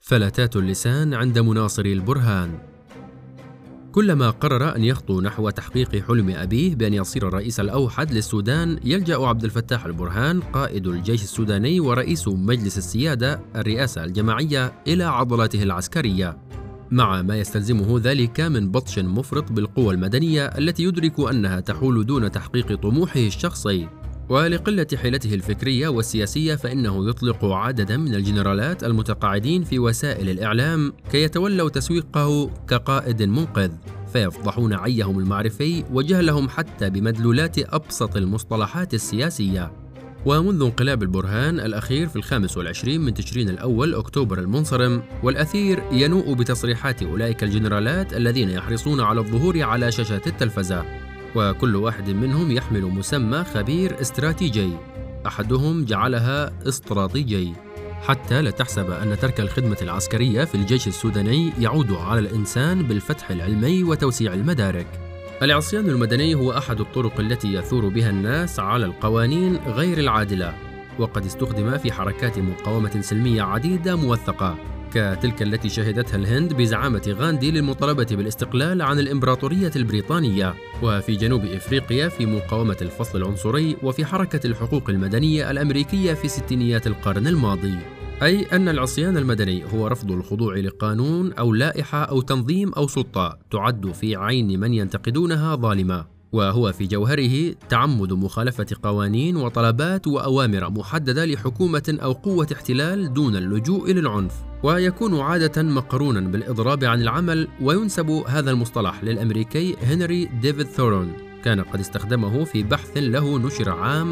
فلتات اللسان عند مناصري البرهان. كلما قرر أن يخطو نحو تحقيق حلم أبيه بأن يصير الرئيس الأوحد للسودان، يلجأ عبد الفتاح البرهان قائد الجيش السوداني ورئيس مجلس السيادة الرئاسة الجماعية إلى عضلاته العسكرية، مع ما يستلزمه ذلك من بطش مفرط بالقوى المدنية التي يدرك أنها تحول دون تحقيق طموحه الشخصي. ولقلة حيلته الفكرية والسياسية فإنه يطلق عددا من الجنرالات المتقاعدين في وسائل الإعلام كي يتولوا تسويقه كقائد منقذ، فيفضحون عيهم المعرفي وجهلهم حتى بمدلولات أبسط المصطلحات السياسية. ومنذ انقلاب البرهان الأخير في 25 من تشرين الأول أكتوبر المنصرم، والأثير ينوء بتصريحات أولئك الجنرالات الذين يحرصون على الظهور على شاشات التلفزة، وكل واحد منهم يحمل مسمى خبير استراتيجي، أحدهم جعلها استراتيجي، حتى لا تحسب أن ترك الخدمة العسكرية في الجيش السوداني يعود على الإنسان بالفتح العلمي وتوسيع المدارك. العصيان المدني هو أحد الطرق التي يثور بها الناس على القوانين غير العادلة، وقد استخدم في حركات مقاومة سلمية عديدة موثقة، كتلك التي شهدتها الهند بزعامة غاندي للمطالبة بالاستقلال عن الإمبراطورية البريطانية، وفي جنوب إفريقيا في مقاومة الفصل العنصري، وفي حركة الحقوق المدنية الأمريكية في ستينيات القرن الماضي. أي أن العصيان المدني هو رفض الخضوع لقانون أو لائحة أو تنظيم أو سلطة تعد في عين من ينتقدونها ظالمة، وهو في جوهره تعمد مخالفة قوانين وطلبات وأوامر محددة لحكومة أو قوة احتلال دون اللجوء للعنف، ويكون عادة مقرونا بالإضراب عن العمل. وينسب هذا المصطلح للأمريكي هنري ديفيد ثورون، كان قد استخدمه في بحث له نشر عام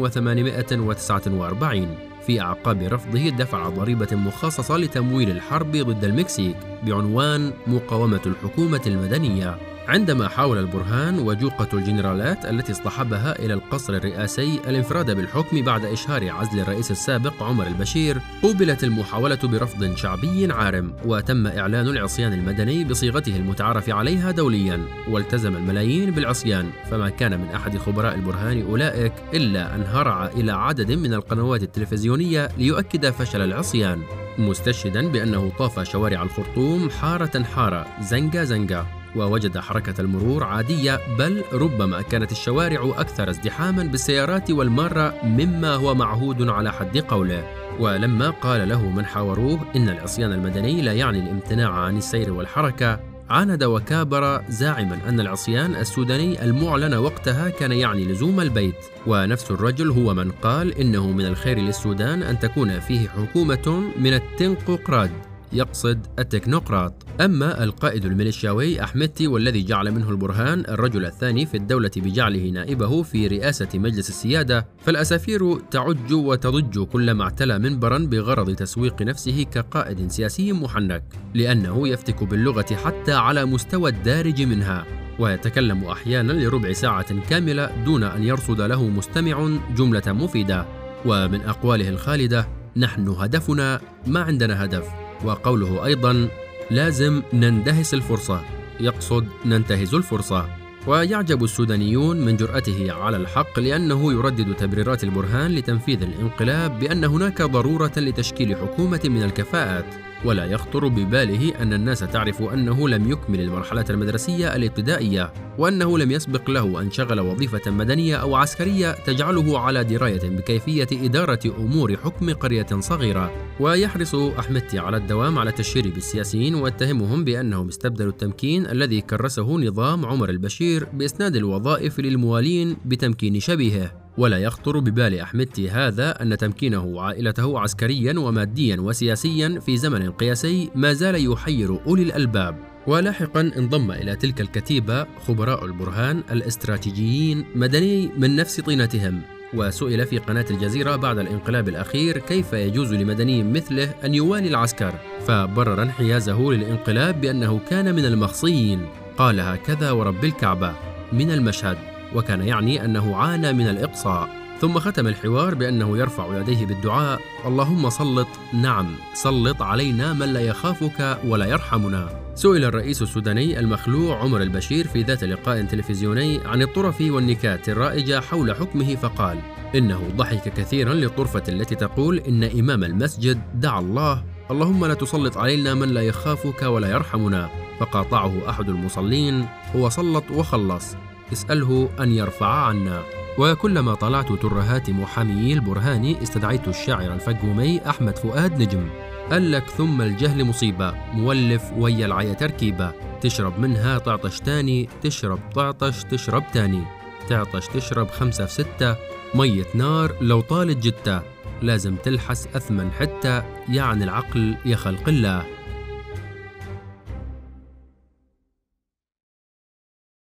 1849 في أعقاب رفضه دفع ضريبة مخصصة لتمويل الحرب ضد المكسيك بعنوان مقاومة الحكومة المدنية. عندما حاول البرهان وجوقة الجنرالات التي اصطحبها إلى القصر الرئاسي الانفراد بالحكم بعد إشهار عزل الرئيس السابق عمر البشير، قوبلت المحاولة برفض شعبي عارم، وتم إعلان العصيان المدني بصيغته المتعارف عليها دوليا، والتزم الملايين بالعصيان. فما كان من أحد خبراء البرهان أولئك إلا أن هرع إلى عدد من القنوات التلفزيونية ليؤكد فشل العصيان، مستشهدا بأنه طاف شوارع الخرطوم حارة حارة زنقة زنقة، ووجد حركة المرور عادية، بل ربما كانت الشوارع أكثر ازدحاما بالسيارات والمارة مما هو معهود على حد قوله. ولما قال له من حاوروه إن العصيان المدني لا يعني الامتناع عن السير والحركة، عاند وكابر زاعما أن العصيان السوداني المعلن وقتها كان يعني لزوم البيت. ونفس الرجل هو من قال إنه من الخير للسودان أن تكون فيه حكومة من التنقوقراد، يقصد التكنوقراط. أما القائد الميليشياوي أحمدتي، والذي جعل منه البرهان الرجل الثاني في الدولة بجعله نائبه في رئاسة مجلس السيادة، فالأسافير تعج وتضج كلما اعتلى منبرا بغرض تسويق نفسه كقائد سياسي محنك، لأنه يفتك باللغة حتى على مستوى الدارج منها، ويتكلم أحيانا لربع ساعة كاملة دون أن يرصد له مستمع جملة مفيدة. ومن أقواله الخالدة: نحن هدفنا ما عندنا هدف. وقوله أيضا: لازم نندهس الفرصة، يقصد ننتهز الفرصة. ويعجب السودانيون من جرأته على الحق، لأنه يردد تبريرات البرهان لتنفيذ الانقلاب بأن هناك ضرورة لتشكيل حكومة من الكفاءات، ولا يخطر بباله أن الناس تعرف أنه لم يكمل المرحلة المدرسية الابتدائية، وأنه لم يسبق له أن شغل وظيفة مدنية أو عسكرية تجعله على دراية بكيفية إدارة أمور حكم قرية صغيرة. ويحرص أحمدتي على الدوام على التشهير بالسياسيين ويتهمهم بأنهم استبدلوا التمكين الذي كرسه نظام عمر البشير بإسناد الوظائف للموالين بتمكين شبيهه. ولا يخطر ببال أحمدتي هذا أن تمكينه وعائلته عسكريا وماديا وسياسيا في زمن قياسي ما زال يحير أولي الألباب. ولاحقا انضم إلى تلك الكتيبة خبراء البرهان الاستراتيجيين مدني من نفس طينتهم. وسئل في قناة الجزيرة بعد الانقلاب الأخير كيف يجوز لمدني مثله أن يوالي العسكر، فبرر انحيازه للانقلاب بأنه كان من المخصيين، قال هكذا ورب الكعبة: من المشهد، وكان يعني أنه عانى من الإقصاء. ثم ختم الحوار بأنه يرفع يديه بالدعاء: اللهم سلط، نعم سلط علينا من لا يخافك ولا يرحمنا. سئل الرئيس السوداني المخلوع عمر البشير في ذات لقاء تلفزيوني عن الطرف والنكات الرائجة حول حكمه، فقال إنه ضحك كثيرا للطرفة التي تقول إن إمام المسجد دعا الله اللهم لا تسلط علينا من لا يخافك ولا يرحمنا. فقاطعه أحد المصلين: هو سلط وخلص، اسأله أن يرفع عنا. وكلما طلعت ترهات محامي البرهاني استدعيت الشاعر الفجومي أحمد فؤاد نجم. قال لك: ثم الجهل مصيبة، مولف ويا العيا تركيبة، تشرب منها تعطش تاني، تشرب تعطش تشرب تاني، تعطش تشرب 5 في 6، مية نار لو طالت جتة، لازم تلحس أثمن حتة، يعني العقل يا خلق الله.